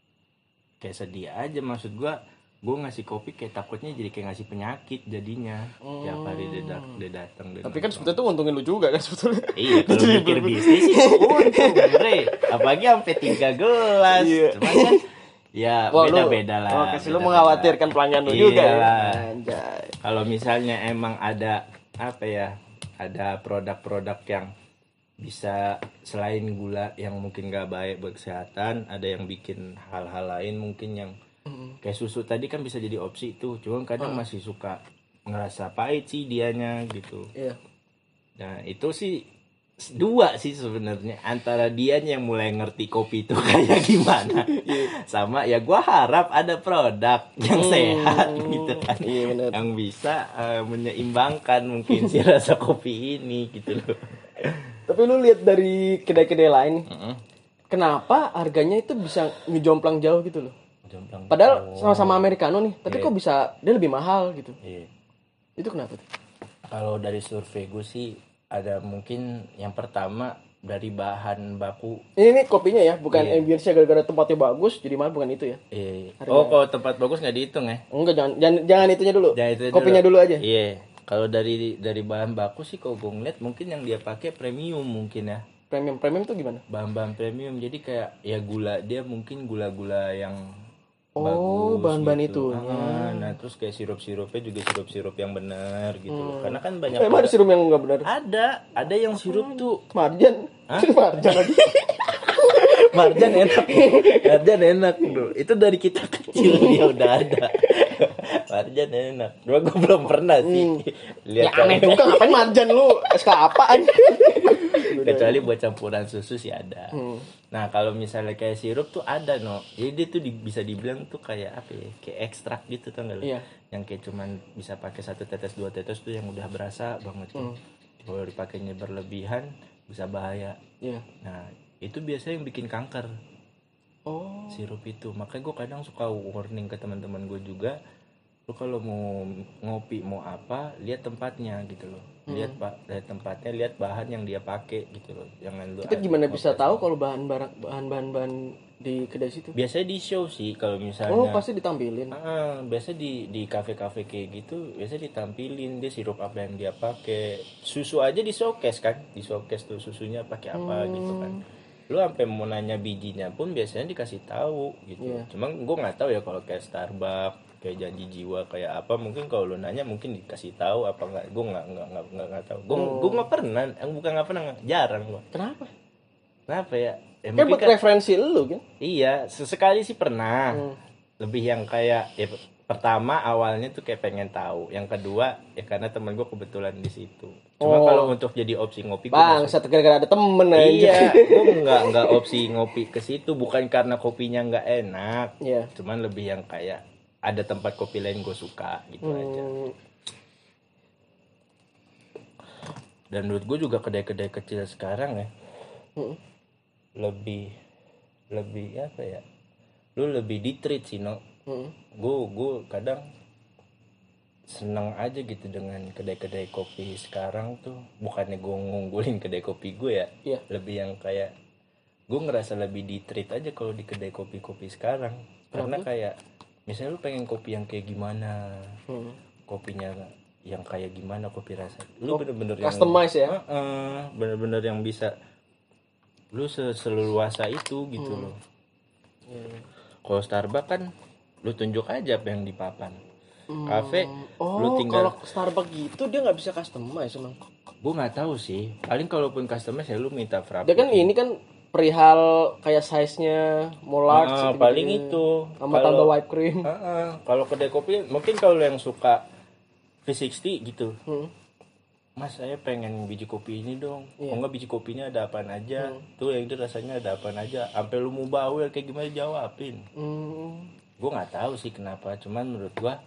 kayak sedih aja, maksud gue gue ngasih kopi kayak takutnya jadi kayak ngasih penyakit jadinya. hmm. Tiap hari dia, dat- dia datang. Tapi kan sebetulnya tuh untungin lu juga kan sebetulnya. Iya, kalau mikir bisnis sih untung bre. Apalagi sampai tiga gelas. Iya. Cuman kan ya Wah, beda-beda lah. Oh, kasih lu mengkhawatirkan pelanggan lu iya juga ya. Kalau misalnya emang ada apa ya, ada produk-produk yang bisa selain gula yang mungkin gak baik buat kesehatan, ada yang bikin hal-hal lain mungkin yang kayak susu tadi kan bisa jadi opsi tuh, cuman kadang uh. masih suka ngerasa pahit sih dianya gitu. Iya. Nah itu sih dua sih sebenarnya, antara dianya yang mulai ngerti kopi itu kayak gimana, sama ya gue harap ada produk yang hmm. sehat gitu kan, iya, bener. Yang bisa uh, menyeimbangkan mungkin si rasa kopi ini gitu loh. Tapi lu lihat dari kedai-kedai lain, uh-uh. kenapa harganya itu bisa ngejomplang jauh gitu loh? Jomplang. Padahal oh. sama-sama americano nih, tapi yeah. kok bisa dia lebih mahal gitu? Yeah. Itu kenapa tuh? Kalau dari survei gue sih ada mungkin yang pertama dari bahan baku. Ini nih kopinya ya, bukan yeah. ambience-nya gara-gara tempatnya bagus jadi mahal, bukan itu ya? Iya. Yeah. Oh, kalau tempat bagus nggak dihitung ya? Enggak, jangan jangan, jangan itunya dulu. Jangan itu kopinya dulu, dulu aja. Iya. Yeah. Kalau dari dari bahan baku sih kalau gue ngeliat mungkin yang dia pakai premium mungkin ya. Premium, premium tuh gimana? Bahan-bahan premium, jadi kayak ya gula dia mungkin gula-gula yang oh, bagus bahan-bahan gitu. itu. Ah, nah terus kayak sirup-sirupnya juga sirup-sirup yang benar gitu. Hmm. Karena kan banyak. Emang ada sirup yang nggak benar? Ada, ada yang sirup hmm. tuh marjan. Marjan lagi. Marjan enak. Marjan enak tuh. Itu dari kita kecil dia udah ada. Marjan enak. Gua gue belum pernah sih. Hmm. Lihat ya aneh juga ngapain marjan lu? Es ke apaan? Kecuali buat campuran susu sih ada. Hmm. Nah kalau misalnya kayak sirup tuh ada no. Jadi dia tuh di, bisa dibilang tuh kayak apa ya? Kayak ekstrak gitu tau gak lu? Iya. Yang kayak cuman bisa pakai satu tetes dua tetes tuh yang udah berasa banget. Hmm. Kalau dipakainya berlebihan bisa bahaya. Iya. Nah itu biasanya yang bikin kanker. Oh. Sirup itu. Makanya gue kadang suka warning ke teman-teman gue juga. Lu kalau mau ngopi mau apa, lihat tempatnya gitu loh. Lihat hmm. pak, lihat tempatnya, lihat bahan yang dia pakai gitu loh. Jangan lu. Kita gimana bisa tahu kalau bahan barang bahan bahan di kedai situ? Biasanya di show sih kalau misalnya. Oh pasti ditampilin. Ah, biasa di di kafe-kafe kayak gitu, biasa ditampilin dia sirup apa yang dia pakai. Susu aja di showcase kan, di showcase tuh susunya pakai apa hmm. gitu kan. Lu sampai mau nanya bijinya pun biasanya dikasih tahu gitu. Yeah. Cuman gue nggak tahu ya kalau kayak Starbucks kayak janji jiwa kayak apa, mungkin kalau lu nanya mungkin dikasih tahu apa nggak, gue nggak nggak nggak nggak nggak tahu. Gue oh. gue nggak pernah, yang bukan nggak pernah, jarang gue. Kenapa? Kenapa ya? Ya kan buat kan, referensi lu kan? Iya, sesekali sih pernah. Hmm. Lebih yang kayak ya, pertama awalnya tuh kayak pengen tahu, yang kedua ya karena temen gue kebetulan di situ. Cuma oh. kalau untuk jadi opsi ngopi, bang, satu gara-gara ada temen aja. Iya, gue nggak nggak opsi ngopi ke situ, bukan karena kopinya nggak enak. Yeah. Cuman lebih yang kayak ada tempat kopi lain gue suka gitu hmm. aja. Dan menurut gue juga kedai-kedai kecil sekarang ya hmm. lebih lebih apa ya? Lu lebih di-treat sih no. Hmm. Gue gue kadang seneng aja gitu dengan kedai-kedai kopi sekarang tuh. Bukannya gue ngunggulin kedai kopi gue ya. Yeah. Lebih yang kayak gue ngerasa lebih di-treat aja kalau di kedai kopi-kopi sekarang. Karena hmm. kayak misalnya lu pengen kopi yang kayak gimana, hmm. kopinya yang kayak gimana, kopi rasa, lu oh, bener-bener yang customize ya, uh, uh, bener-bener yang bisa lu seluasa itu gitu hmm. loh. Hmm. Kalau Starbucks kan, lu tunjuk aja apa yang di papan. Hmm. Kafe, oh, lu tinggal. Kalau Starbucks gitu dia nggak bisa customize emang. Gue nggak tahu sih. Paling kalaupun customer saya lu minta frappuccino. Dia kan ini kan perihal kayak size-nya mau large uh, gitu, paling gitu. itu sama kalo, tambah whipped cream. Uh, uh, kalau kedai kopi mungkin kalau yang suka V enam puluh gitu. Hmm. Mas saya pengen biji kopi ini dong. Yeah. Kok nggak biji kopinya ada apaan aja? Hmm. Tuh yang itu rasanya ada apaan aja? Sampai lu mau bawel kayak gimana jawabin. Hmm. Gue nggak tahu sih kenapa. Cuman menurut gue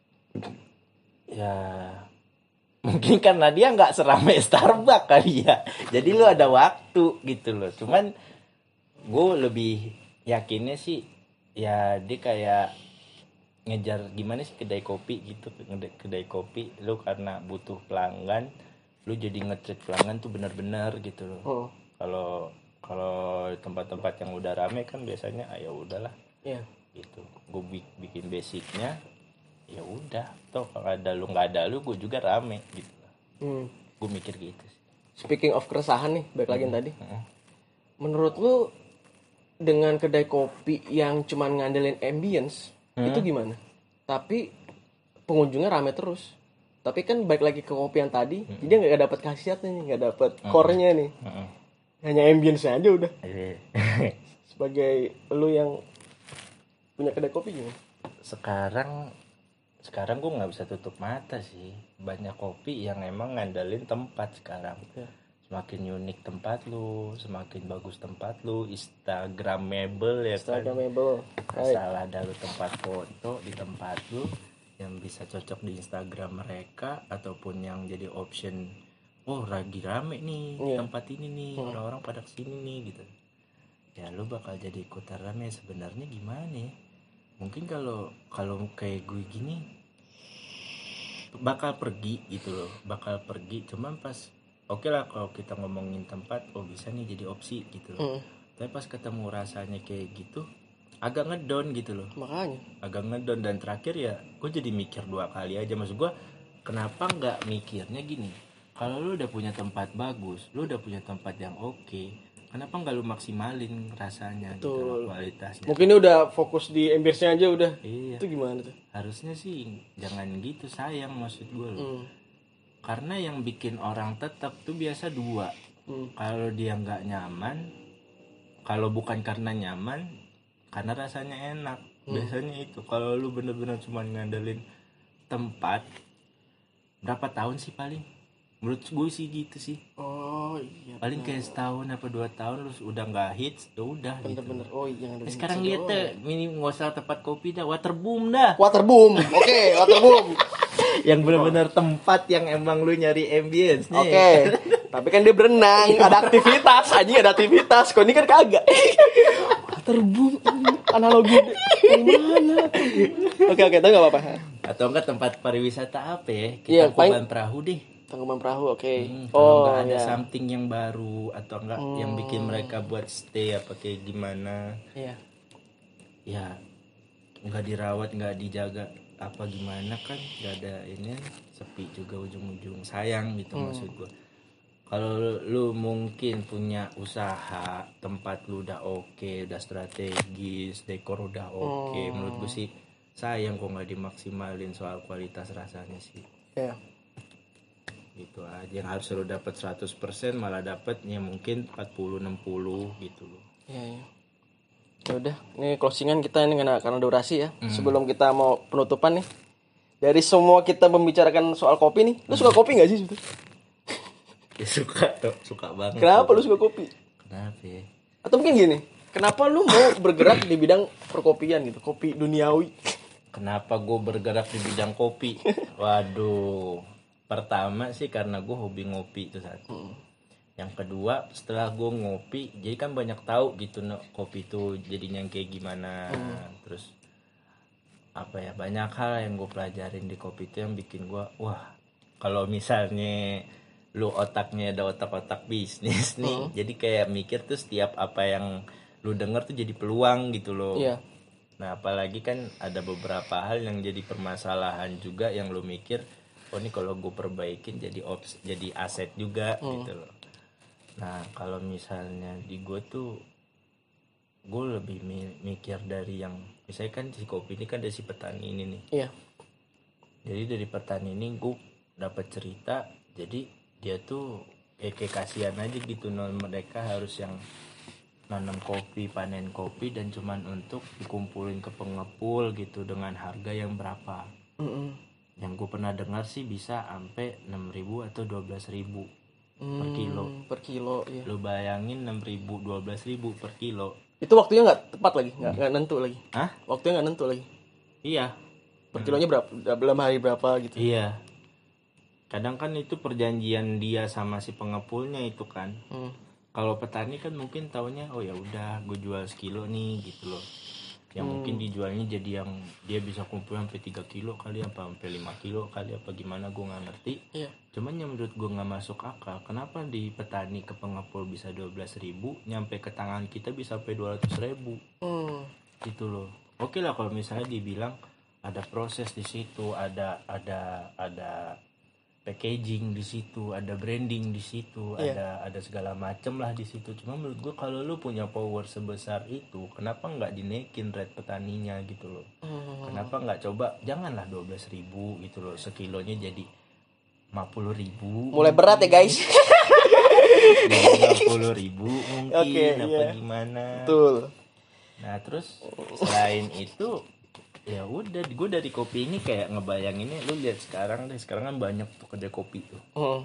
ya mungkin karena dia nggak seramai Starbucks kali ya. Jadi lu ada waktu gitu loh. Cuman gue lebih yakinnya sih ya dia kayak ngejar gimana sih kedai kopi gitu, kedai kopi lu karena butuh pelanggan, lu jadi nge-treat pelanggan tuh benar-benar gitu loh. Kalau oh. kalau tempat-tempat yang udah rame kan biasanya ayo udahlah. Iya. Yeah. Gitu. Gue bikin basicnya ya udah, toh kalau ada lu nggak ada lu gue juga rame gitu. Hmm. Gue mikir gitu sih. Speaking of keresahan nih, balik lagi hmm. tadi. Hmm. Menurut lu dengan kedai kopi yang cuman ngandelin ambience hmm. itu gimana? Tapi pengunjungnya rame terus. Tapi kan balik lagi ke kopi yang tadi, hmm. jadi nggak dapet khasiatnya nih, nggak dapet hmm. core-nya nih. Hmm. Hanya ambience aja udah. Sebagai lu yang punya kedai kopi gimana? Sekarang sekarang gue nggak bisa tutup mata sih, banyak kopi yang emang ngandelin tempat sekarang. Ya. Semakin unik tempat lu, semakin bagus tempat lu, instagramable ya instagramable. Kan. Asal ada lu tempat foto di tempat lu yang bisa cocok di Instagram mereka ataupun yang jadi option, oh lagi rame nih ya. Tempat ini nih, hmm. orang-orang pada kesini nih gitu. Ya lu bakal jadi ikutan rame sebenarnya gimana ya? Mungkin kalau kalau kayak gue gini bakal pergi gitu loh, bakal pergi. Cuman pas oke okay lah kalau kita ngomongin tempat, oh bisa nih jadi opsi gitu loh. Mm. Tapi pas ketemu rasanya kayak gitu, agak ngedon gitu loh. Makanya. Agak ngedon dan terakhir ya, gue jadi mikir dua kali aja. Maksud gue, kenapa nggak mikirnya gini? Kalau lu udah punya tempat bagus, lu udah punya tempat yang oke. Okay, kenapa nggak lu maksimalin rasanya gitu loh, kualitasnya? Mungkin ini udah fokus di ambience-nya aja udah. Iya. Itu gimana tuh? Harusnya sih jangan gitu, sayang maksud gue loh. Hmm. Karena yang bikin orang tetap tuh biasa dua. Hmm. Kalau dia nggak nyaman, kalau bukan karena nyaman, karena rasanya enak. Hmm. Biasanya itu. Kalau lu bener-bener cuma ngandelin tempat, berapa tahun sih paling? Menurut gue sih gitu sih. Oh iya. Paling kayak setahun apa dua tahun lu udah nggak hits, ya udah gitu. Bener-bener. Oh iya. Eh, sekarang lihat deh, ini nggak usah tempat kopi dah, Waterboom dah. Waterboom, oke, okay, Waterboom. Yang benar-benar tempat yang emang lu nyari ambience-nya. Oke. Okay. Tapi kan dia berenang, ada aktivitas, anjing ada aktivitas. Kok ini kan kagak. Waterboom, analogi dari mana? Oke oke, itu enggak apa-apa. Atau enggak tempat pariwisata apa ya? Kita Tangkuban Perahu deh. Tangkuban Perahu, oke. Okay. Hmm, kalau oh, enggak ada ya. Something yang baru atau enggak hmm. yang bikin mereka buat stay apa kayak gimana? Iya. Ya enggak dirawat, enggak dijaga apa gimana kan, enggak ada ini, sepi juga ujung-ujung, sayang gitu hmm. maksud gue. Kalau lu mungkin punya usaha, tempat lu udah oke, okay, udah strategis, dekor udah oke, okay, hmm. menurut gue sih sayang kok nggak dimaksimalin soal kualitas rasanya sih. Iya. Yeah. Gitu aja, yang harus lu dapat seratus persen malah dapatnya mungkin empat puluh enam puluh gitu loh. Iya, yeah, iya. Yeah. Ya udah, ini closingan kita ini karena, karena durasi ya. Hmm. Sebelum kita mau penutupan nih, dari semua kita membicarakan soal kopi nih, lu suka kopi nggak sih sebetulnya? Ya, suka tuh, suka banget. Kenapa lu suka kopi? Kenapa ya? Atau mungkin gini, kenapa lu mau bergerak di bidang perkopian gitu, kopi duniawi? Kenapa gue bergerak di bidang kopi? Waduh, pertama sih karena gue hobi ngopi itu satu. Hmm. Yang kedua, setelah gue ngopi, jadi kan banyak tahu gitu no, kopi itu jadinya kayak gimana. Hmm. Terus apa ya, banyak hal yang gue pelajarin di kopi itu yang bikin gue, wah, kalau misalnya lu otaknya ada otak-otak bisnis nih, hmm. jadi kayak mikir tuh setiap apa yang lu denger tuh jadi peluang gitu loh. Iya. Nah apalagi kan ada beberapa hal yang jadi permasalahan juga yang lu mikir, oh ini kalau gue perbaikin jadi ops, jadi aset juga hmm. gitu loh. Nah kalau misalnya di gue tuh, gue lebih mikir dari yang, misalnya kan si kopi ini kan dari si petani ini nih. Iya. Jadi dari petani ini gue dapat cerita, jadi dia tuh ya kayak kasihan aja gitu, non mereka harus yang nanam kopi, panen kopi dan cuman untuk dikumpulin ke pengepul gitu dengan harga yang berapa. Mm-hmm. Yang gue pernah dengar sih bisa sampai enam ribu atau dua belas ribu mm, per kilo. Per kilo, iya. Lu bayangin enam ribu, dua belas ribu per kilo. Itu waktunya nggak tepat lagi, nggak nggak nentu lagi. Hah? Waktunya nggak nentu lagi. Iya. Per kilonya berapa? Dalam hari berapa gitu? Iya. Kadang kan itu perjanjian dia sama si pengepulnya itu kan. Hmm. Kalau petani kan mungkin taunya oh ya udah gue jual sekilo nih gitu loh. Yang hmm. mungkin dijualnya jadi yang dia bisa kumpul sampai tiga kilo kali apa sampai lima kilo kali apa gimana gue nggak ngerti. Iya. Cuman yang menurut gue nggak masuk akal. Kenapa di petani ke pengepul bisa dua belas ribu, nyampe ke tangan kita bisa sampai dua ratus ribu. Hmm. Gitu loh. Oke lah kalau misalnya dibilang ada proses di situ, ada ada ada packaging di situ, ada branding di situ, yeah. ada ada segala macem lah di situ. Cuma menurut gue kalau lu punya power sebesar itu, kenapa nggak dinaikin rate petaninya gitu loh? Hmm. Kenapa nggak coba, janganlah dua belas ribu gitu loh, sekilonya jadi lima puluh ribu. Mulai berat ya guys. lima puluh ribu mungkin okay, apa yeah. gimana? Betul. Nah terus selain itu ya udah, gue dari kopi ini kayak ngebayanginnya, lu lihat sekarang deh, sekarang kan banyak tuh kedai kopi tuh. Oh.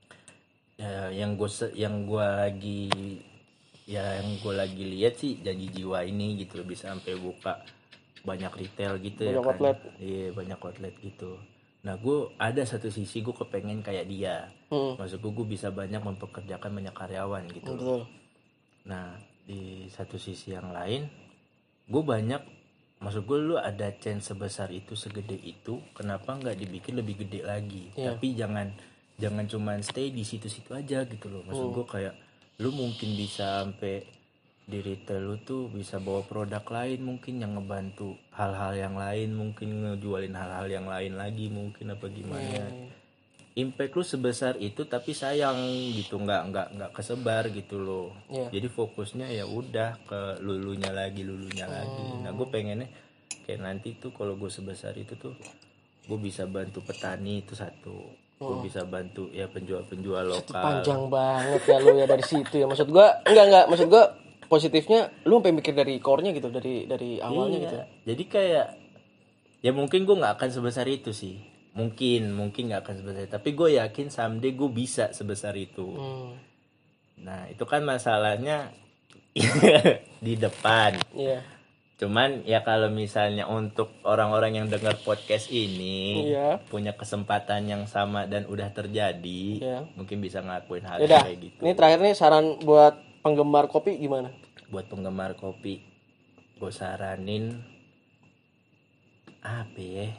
Ya yang gue yang gue lagi ya yang gue lagi lihat sih Janji Jiwa ini gitu loh, bisa sampai buka banyak retail gitu banyak ya kan. Outlet. Iya banyak outlet gitu. Nah gue ada satu sisi gue kepengen kayak dia. Hmm. Maksud gue gue bisa banyak mempekerjakan banyak karyawan gitu. Betul. Loh. Nah di satu sisi yang lain gue banyak, maksud gue lu ada chance sebesar itu, segede itu, kenapa nggak dibikin lebih gede lagi? Yeah. Tapi jangan jangan cuman stay di situ-situ aja gitu loh. Maksud hmm. gue kayak lu mungkin bisa sampai di retail lu tuh bisa bawa produk lain mungkin yang ngebantu hal-hal yang lain, mungkin ngejualin hal-hal yang lain lagi mungkin apa gimana. Hmm. Impact lu sebesar itu tapi sayang gitu, nggak nggak nggak kesebar gitu loh. Yeah. Jadi fokusnya ya udah ke lulunya lagi lulunya hmm. lagi. Nah gue pengennya kayak nanti tuh kalau gue sebesar itu tuh gue bisa bantu petani itu satu, hmm. gue bisa bantu ya penjual-penjual lokal. Itu panjang banget ya lu ya dari situ ya. Maksud gue enggak enggak maksud gue positifnya lu sampai mikir dari core-nya gitu, dari dari awalnya iya. gitu. Jadi kayak ya mungkin gue nggak akan sebesar itu sih. Mungkin mungkin nggak akan sebesar itu, tapi gue yakin someday gue bisa sebesar itu. Hmm. Nah itu kan masalahnya di depan. Yeah. Cuman ya kalau misalnya untuk orang-orang yang dengar podcast ini yeah. punya kesempatan yang sama dan udah terjadi, yeah. mungkin bisa ngelakuin hal Yaudah, kayak gitu. Ini terakhir nih saran buat penggemar kopi gimana? Buat penggemar kopi, gue saranin apa ya?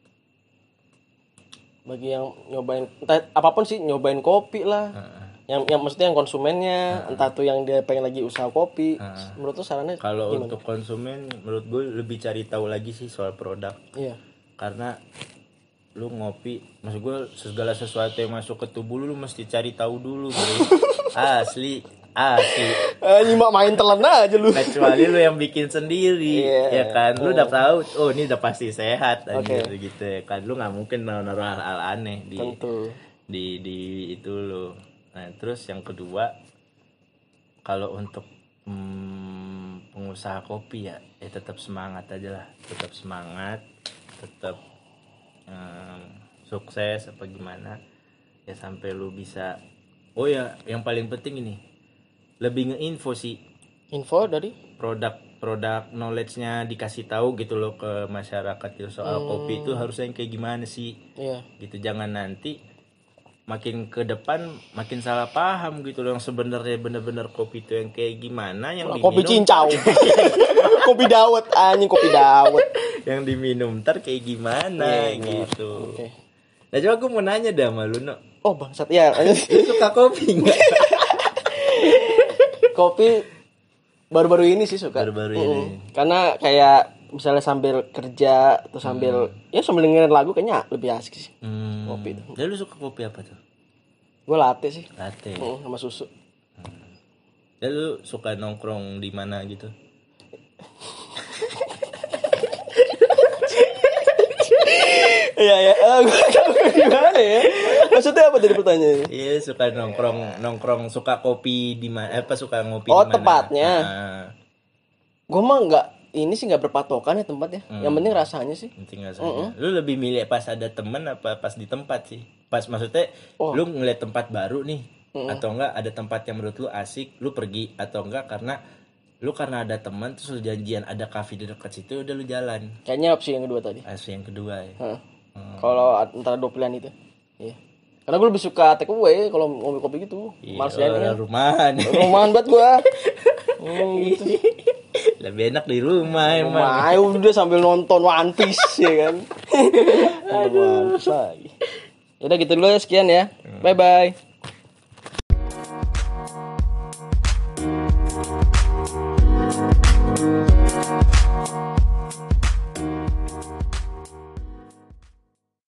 Bagi yang nyobain entah apapun sih, nyobain kopi lah. Uh-uh. Yang yang maksudnya yang konsumennya, uh-uh. entah tuh yang dia pengen lagi usaha kopi. Uh-uh. Menurut tuh sarannya kalau untuk konsumen menurut gue lebih cari tahu lagi sih soal produk. Iya. Karena lu ngopi, maksud gue segala sesuatu yang masuk ke tubuh lu, lu mesti cari tahu dulu, bro. Asli. Asli. Ah, nyimak main telan aja lu. Kecuali lu yang bikin sendiri, yeah. ya kan. Lu udah tahu, oh ini udah pasti sehat aja okay. gitu ya kan. Lu nggak mungkin naruh hal-hal aneh di Tentu. di di itu lu. Nah terus yang kedua, kalau untuk hmm, pengusaha kopi ya, ya tetap semangat aja lah, tetap semangat, tetap hmm, sukses apa gimana ya sampai lu bisa. Oh ya, yang paling penting ini. Lebih ngeinfo sih, info dari produk-produk knowledge-nya dikasih tahu gitu loh ke masyarakat gitu soal hmm. kopi itu harusnya yang kayak gimana sih, yeah. gitu. Jangan nanti makin ke depan makin salah paham gitu loh, yang sebenarnya benar-benar kopi itu yang kayak gimana, yang diminum kopi cincau, kopi dawet, anjing kopi dawet, yang diminum ntar kayak gimana yeah, gitu. Okay. Nah coba aku mau nanya dah sama lu, no. Oh bangsat ya, lu suka kopi nggak? Kopi baru-baru ini sih suka. Baru-baru ini. Uh, karena kayak misalnya sambil kerja atau sambil hmm. ya sambil dengerin lagu kayaknya lebih asik sih. Hmm. Kopi itu. Jadi lu suka kopi apa tuh? Gue latte sih. Latte. Uh, sama susu. Hmm. Jadi lu suka nongkrong di mana gitu? Iya ya, Ah, gua gimana ya? Maksudnya apa tadi pertanyaannya? Iya, suka nongkrong nongkrong suka kopi di mana? Apa suka ngopi Oh, di mana? tempatnya. Nah, Gue mah nggak ini sih nggak berpatokan ya tempatnya. Hmm. Yang penting rasanya sih. Penting rasanya. Uh-uh. Lu lebih milih pas ada temen apa pas di tempat sih? Pas maksudnya oh. lu ngeliat tempat baru nih uh-uh. atau enggak ada tempat yang menurut lu asik, lu pergi atau enggak karena lu karena ada teman terus lu janjian ada kafe di dekat situ udah lu jalan. Kayaknya opsi yang kedua tadi. Opsi yang kedua ya. Hmm. Hmm. Kalau antara dua pilihan itu. Iya. Karena gue lebih suka take away kalau ngopi kopi gitu. Iya, Males jalan rumahan. Rumahan banget gue. Hmm, gitu. Lebih enak di rumah emang. Rumah udah sambil nonton One Piece ya kan. Aduh. Ya udah gitu dulu ya, sekian ya. Bye bye.